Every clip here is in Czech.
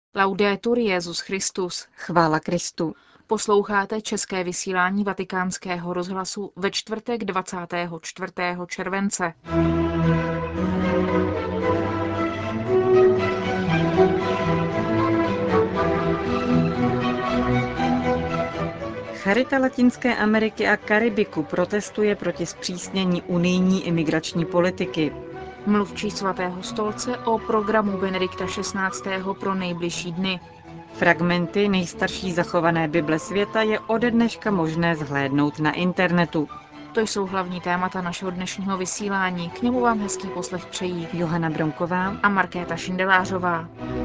Laudetur Jesus Christus. Chvála Kristu. Posloucháte české vysílání Vatikánského rozhlasu ve čtvrtek 24. července. Charita Latinské Ameriky a Karibiku protestuje proti zpřísnění unijní imigrační politiky. Mluvčí svatého stolce o programu Benedikta XVI. Pro nejbližší dny. Fragmenty nejstarší zachované Bible světa je ode dneška možné zhlédnout na internetu. To jsou hlavní témata našeho dnešního vysílání. K němu vám hezký poslech přejí Johana Bronková a Markéta Šindelářová.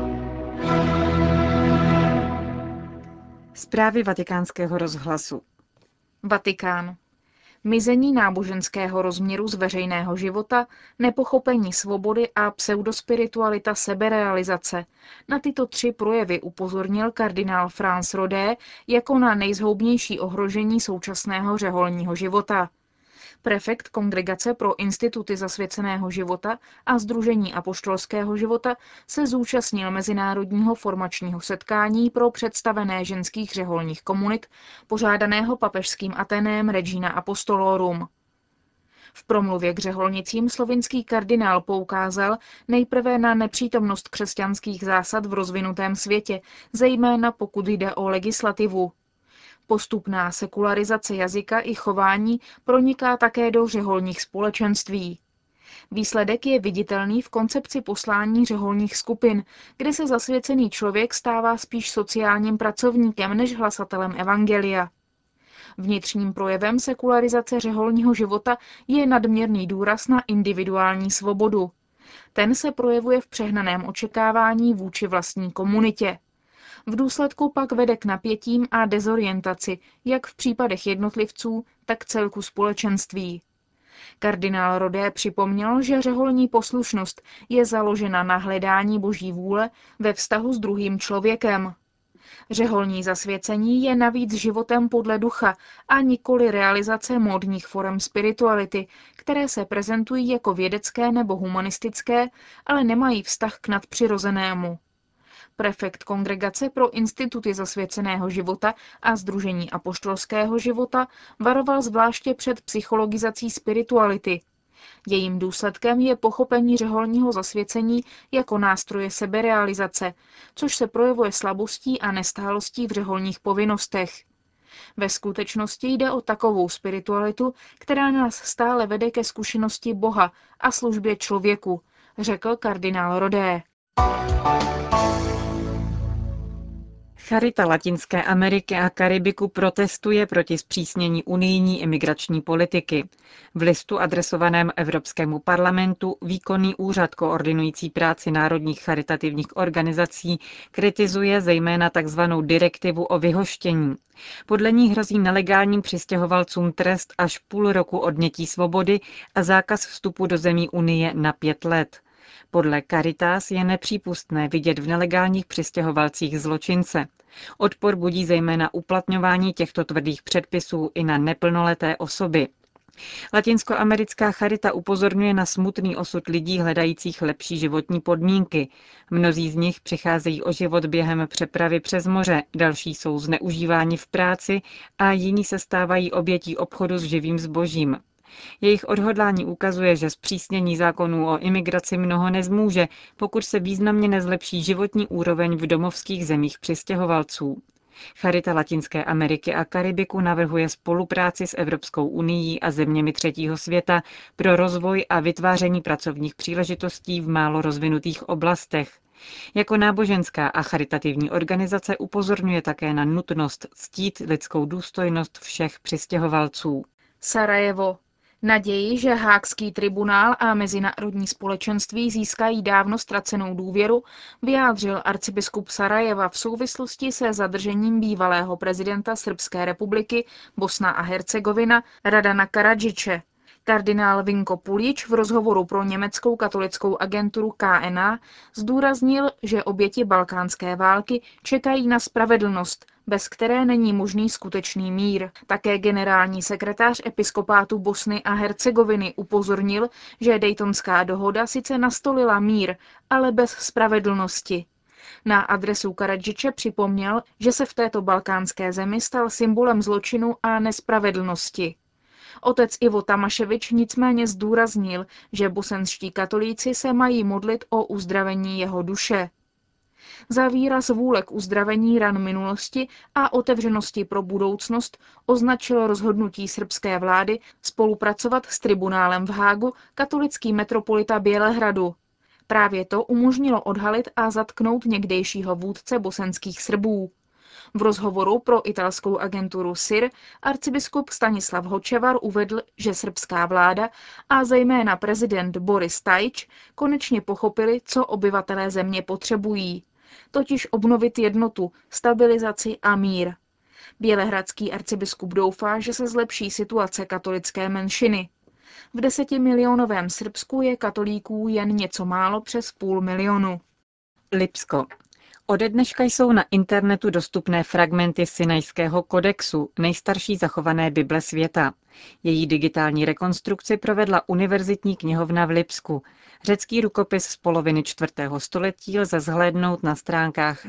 Zprávy Vatikánského rozhlasu. Vatikán. Mizení náboženského rozměru z veřejného života, nepochopení svobody a pseudospiritualita seberealizace. Na tyto tři projevy upozornil kardinál France Rodé jako na nejzhoubnější ohrožení současného řeholního života. Prefekt Kongregace pro instituty zasvěceného života a Sdružení apoštolského života se zúčastnil mezinárodního formačního setkání pro představené ženských řeholních komunit, pořádaného papežským Atenem Regina Apostolorum. V promluvě k řeholnicím slovinský kardinál poukázal nejprve na nepřítomnost křesťanských zásad v rozvinutém světě, zejména pokud jde o legislativu. Postupná sekularizace jazyka i chování proniká také do řeholních společenství. Výsledek je viditelný v koncepci poslání řeholních skupin, kde se zasvěcený člověk stává spíš sociálním pracovníkem než hlasatelem evangelia. Vnitřním projevem sekularizace řeholního života je nadměrný důraz na individuální svobodu. Ten se projevuje v přehnaném očekávání vůči vlastní komunitě. V důsledku pak vede k napětím a dezorientaci, jak v případech jednotlivců, tak celku společenství. Kardinál Rodé připomněl, že řeholní poslušnost je založena na hledání boží vůle ve vztahu s druhým člověkem. Řeholní zasvěcení je navíc životem podle ducha a nikoli realizace módních forem spirituality, které se prezentují jako vědecké nebo humanistické, ale nemají vztah k nadpřirozenému. Prefekt Kongregace pro instituty zasvěceného života a Sdružení apoštolského života varoval zvláště před psychologizací spirituality. Jejím důsledkem je pochopení řeholního zasvěcení jako nástroje seberealizace, což se projevuje slabostí a nestálostí v řeholních povinnostech. Ve skutečnosti jde o takovou spiritualitu, která nás stále vede ke zkušenosti Boha a službě člověku, řekl kardinál Rodé. Charita Latinské Ameriky a Karibiku protestuje proti zpřísnění unijní imigrační politiky. V listu adresovaném Evropskému parlamentu výkonný úřad koordinující práci národních charitativních organizací kritizuje zejména tzv. Direktivu o vyhoštění. Podle ní hrozí nelegálním přistěhovalcům trest až půl roku odnětí svobody a zákaz vstupu do zemí Unie na 5 let. Podle Caritas je nepřípustné vidět v nelegálních přistěhovalcích zločince. Odpor budí zejména uplatňování těchto tvrdých předpisů i na neplnoleté osoby. Latinskoamerická charita upozorňuje na smutný osud lidí hledajících lepší životní podmínky. Mnozí z nich přicházejí o život během přepravy přes moře, další jsou zneužíváni v práci a jiní se stávají obětí obchodu s živým zbožím. Jejich odhodlání ukazuje, že zpřísnění zákonů o imigraci mnoho nezmůže, pokud se významně nezlepší životní úroveň v domovských zemích přistěhovalců. Charita Latinské Ameriky a Karibiku navrhuje spolupráci s Evropskou unií a zeměmi třetího světa pro rozvoj a vytváření pracovních příležitostí v málo rozvinutých oblastech. Jako náboženská a charitativní organizace upozorňuje také na nutnost ctít lidskou důstojnost všech přistěhovalců. Sarajevo. Naději, že Haagský tribunál a mezinárodní společenství získají dávno ztracenou důvěru, vyjádřil arcibiskup Sarajeva v souvislosti se zadržením bývalého prezidenta Srbské republiky Bosna a Hercegovina Radana Karadžiče. Kardinál Vinko Pulič v rozhovoru pro německou katolickou agenturu KNA zdůraznil, že oběti balkánské války čekají na spravedlnost, bez které není možný skutečný mír. Také generální sekretář episkopátu Bosny a Hercegoviny upozornil, že Daytonská dohoda sice nastolila mír, ale bez spravedlnosti. Na adresu Karadžiče připomněl, že se v této balkánské zemi stal symbolem zločinu a nespravedlnosti. Otec Ivo Tamaševič nicméně zdůraznil, že bosenští katolíci se mají modlit o uzdravení jeho duše. Za výraz vůle k uzdravení ran minulosti a otevřenosti pro budoucnost označil rozhodnutí srbské vlády spolupracovat s tribunálem v Hágu katolický metropolita Bělehradu. Právě to umožnilo odhalit a zatknout někdejšího vůdce bosenských Srbů. V rozhovoru pro italskou agenturu SIR arcibiskup Stanislav Hočevar uvedl, že srbská vláda a zejména prezident Boris Tadić konečně pochopili, co obyvatelé země potřebují, totiž obnovit jednotu, stabilizaci a mír. Bělehradský arcibiskup doufá, že se zlepší situace katolické menšiny. V 10milionovém Srbsku je katolíků jen něco málo přes 500 000. Lipsko. Ode dneška jsou na internetu dostupné fragmenty Sinajského kodexu, nejstarší zachované Bible světa. Její digitální rekonstrukci provedla Univerzitní knihovna v Lipsku. Řecký rukopis z poloviny 4. století lze zhlédnout na stránkách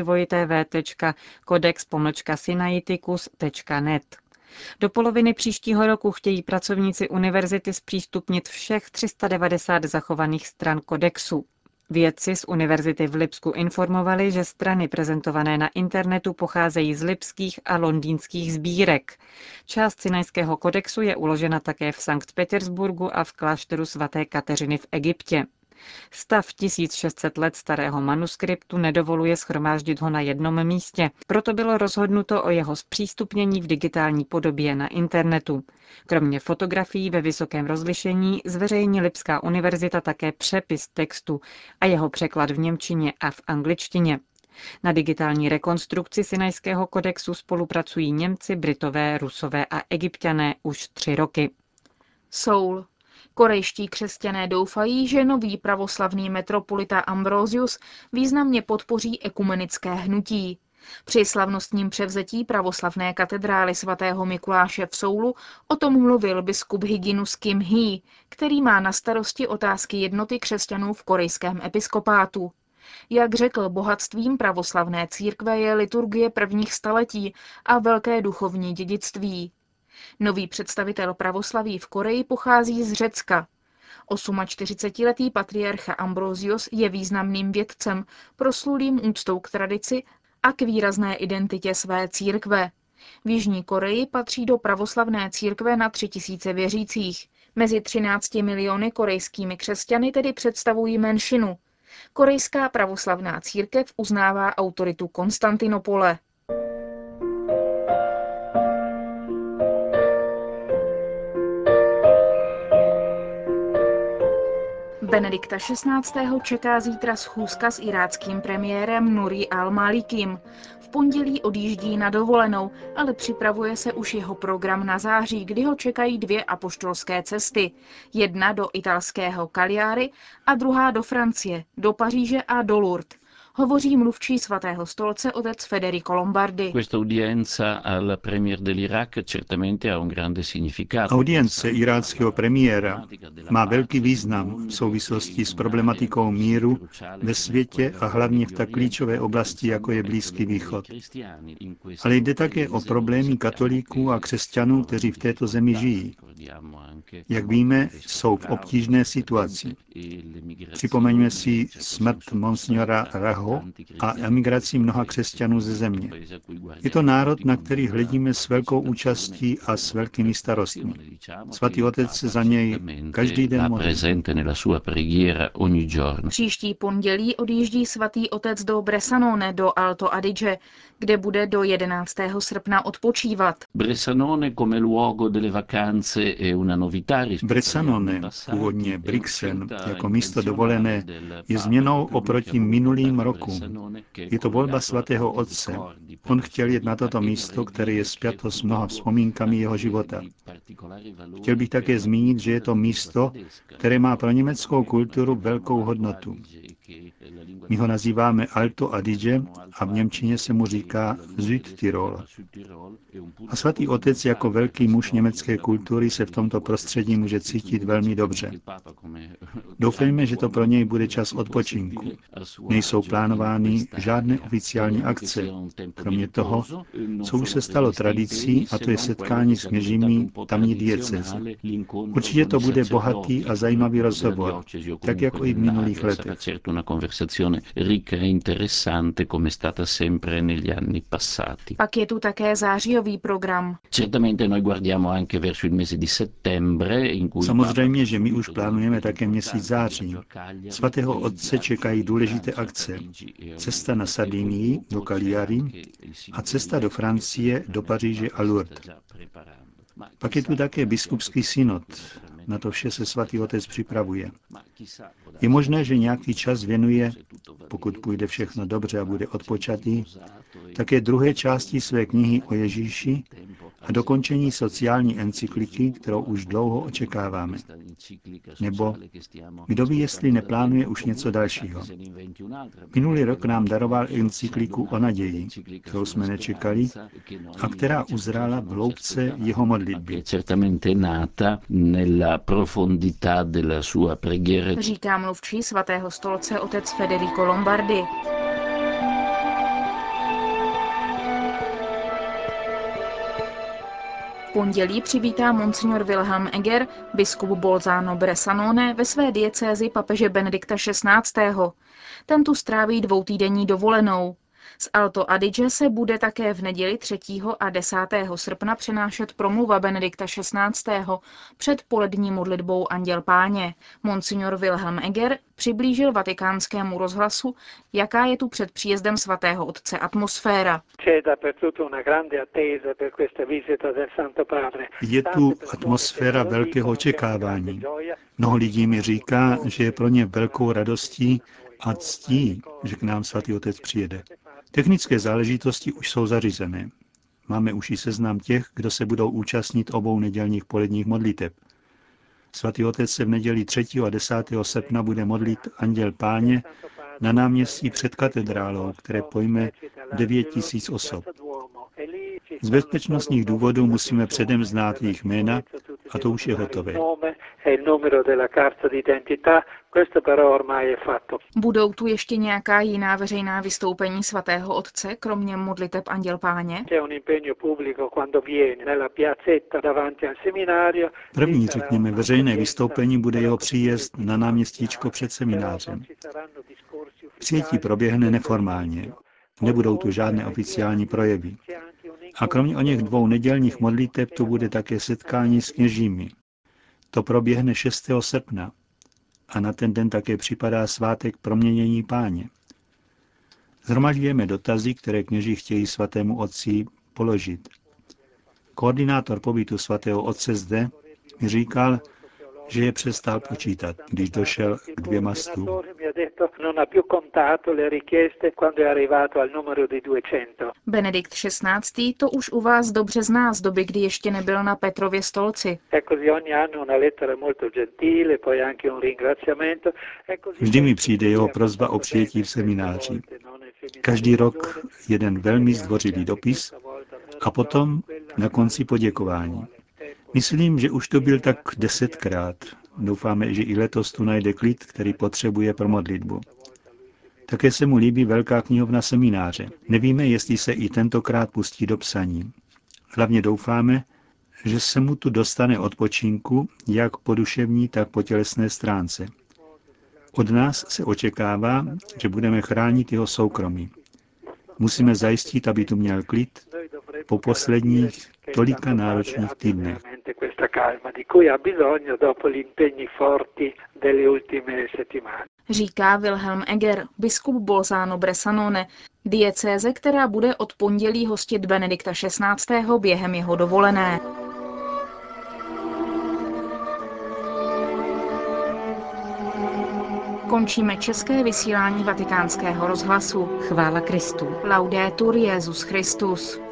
www.codex-sinaiticus.net. Do poloviny příštího roku chtějí pracovníci univerzity zpřístupnit všech 390 zachovaných stran kodexu. Vědci z univerzity v Lipsku informovali, že strany prezentované na internetu pocházejí z lipských a londýnských sbírek. Část Sinajského kodexu je uložena také v Sankt Petersburgu a v klášteru svaté Kateřiny v Egyptě. Stav 1600 let starého manuskriptu nedovoluje shromáždit ho na jednom místě, proto bylo rozhodnuto o jeho zpřístupnění v digitální podobě na internetu. Kromě fotografií ve vysokém rozlišení zveřejní Lipská univerzita také přepis textu a jeho překlad v němčině a v angličtině. Na digitální rekonstrukci Sinajského kodexu spolupracují Němci, Britové, Rusové a Egypťané už 3 roky. Soul. Korejští křesťané doufají, že nový pravoslavný metropolita Ambrosius významně podpoří ekumenické hnutí. Při slavnostním převzetí pravoslavné katedrály svatého Mikuláše v Soulu o tom mluvil biskup Hyginus Kim Hee, který má na starosti otázky jednoty křesťanů v korejském episkopátu. Jak řekl, bohatstvím pravoslavné církve je liturgie prvních staletí a velké duchovní dědictví. Nový představitel pravoslaví v Koreji pochází z Řecka. 48letý patriarcha Ambrosius je významným vědcem, proslulým úctou k tradici a k výrazné identitě své církve. V Jižní Koreji patří do pravoslavné církve na 3000 věřících. Mezi 13 miliony korejskými křesťany tedy představují menšinu. Korejská pravoslavná církev uznává autoritu Konstantinopole. Benedikta XVI. Čeká zítra schůzka s iráckým premiérem Nuri al-Malikim. V pondělí odjíždí na dovolenou, ale připravuje se už jeho program na září, kdy ho čekají 2 apoštolské cesty. Jedna do italského Cagliari a druhá do Francie, do Paříže a do Lourdes. Hovoří mluvčí svatého stolce otec Federico Lombardi. Audience iráckého premiéra má velký význam v souvislosti s problematikou míru ve světě a hlavně v tak klíčové oblasti, jako je Blízký východ. Ale jde také o problémy katolíků a křesťanů, kteří v této zemi žijí. Jak víme, jsou v obtížné situaci. Připomeňme si smrt monsignora Raho a emigraci mnoha křesťanů ze země. Je to národ, na který hledíme s velkou účastí a s velkými starostmi. Svatý otec se za něj každý den modlí. Příští pondělí odjíždí svatý otec do Bressanone, do Alto Adige, kde bude do 11. srpna odpočívat. Bressanone, původně Brixen, jako místo dovolené, je změnou oproti minulým rokům. Je to volba svatého otce. On chtěl jet na toto místo, které je spjato s mnoha vzpomínkami jeho života. Chtěl bych také zmínit, že je to místo, které má pro německou kulturu velkou hodnotu. My ho nazýváme Alto Adige a v němčině se mu říká Südtirol. A svatý otec jako velký muž německé kultury se v tomto prostředí může cítit velmi dobře. Doufejme, že to pro něj bude čas odpočinku. Nejsou plány plánovány žádné oficiální akce, kromě toho, co už se stalo tradicí, a to je setkání s kněžími tamní diecéze. Určitě to bude bohatý a zajímavý rozhovor, tak jako i v minulých letech. Pak je tu také zářijový program. Samozřejmě, že my už plánujeme také měsíc září. Svatého otce čekají důležité akce. Cesta na Sardinii do Cagliari a cesta do Francie, do Paříže a Lourdes. Pak je tu také biskupský synod. Na to vše se svatý otec připravuje. Je možné, že nějaký čas věnuje, pokud půjde všechno dobře a bude odpočatý, také druhé části své knihy o Ježíši a dokončení sociální encykliky, kterou už dlouho očekáváme. Nebo kdo ví, jestli neplánuje už něco dalšího. Minulý rok nám daroval encykliku o naději, kterou jsme nečekali a která uzrála v hloubce jeho modlitby. Říká mluvčí svatého stolce otec Federico Lombardi. V pondělí přivítá monsignor Wilhelm Eger, biskup Bolzano Bressanone, ve své diecézi papeže Benedikta XVI. Ten tu stráví dvoutýdenní dovolenou. Z Alto Adige se bude také v neděli 3. a 10. srpna přenášet promluva Benedikta XVI. Před polední modlitbou Anděl Páně. Monsignor Wilhelm Eger přiblížil Vatikánskému rozhlasu, jaká je tu před příjezdem svatého otce atmosféra. Je tu atmosféra velkého očekávání. Mnoho lidí mi říká, že je pro ně velkou radostí a ctí, že k nám svatý otec přijede. Technické záležitosti už jsou zařízené. Máme už i seznam těch, kdo se budou účastnit obou nedělních poledních modliteb. Svatý otec se v neděli 3. a 10. srpna bude modlit Anděl Páně na náměstí před katedrálou, které pojme 9 000 osob. Z bezpečnostních důvodů musíme předem znát jejich jména a to už je hotové. Budou tu ještě nějaká jiná veřejná vystoupení svatého otce, kromě modliteb Anděl Páně? První, řekněme, veřejné vystoupení bude jeho příjezd na náměstíčko před seminářem. Přijetí proběhne neformálně. Nebudou tu žádné oficiální projevy. A kromě o něch 2 nedělních modliteb tu bude také setkání s kněžími. To proběhne 6. srpna. A na ten den také připadá svátek proměnění Páně. Shromažďujeme dotazy, které kněží chtějí svatému otci položit. Koordinátor pobytu svatého otce zde mi říkal, že je přestal počítat, když došel k 200. Benedikt XVI. To už u vás dobře zná z doby, kdy ještě nebyl na Petrově stolci. Vždy mi přijde jeho prosba o přijetí v semináři. Každý rok jeden velmi zdvořilý dopis a potom na konci poděkování. Myslím, že už to byl tak 10krát. Doufáme, že i letos tu najde klid, který potřebuje pro modlitbu. Také se mu líbí velká knihovna semináře. Nevíme, jestli se i tentokrát pustí do psaní. Hlavně doufáme, že se mu tu dostane odpočinku, jak po duševní, tak po tělesné stránce. Od nás se očekává, že budeme chránit jeho soukromí. Musíme zajistit, aby tu měl klid po posledních tolika náročných týdnech. Říká Wilhelm Eger, biskup Bolzano Bressanone, diecéze, která bude od pondělí hostit Benedikta XVI. Během jeho dovolené. Končíme české vysílání Vatikánského rozhlasu. Chvála Kristu. Laudetur Jesus Christus.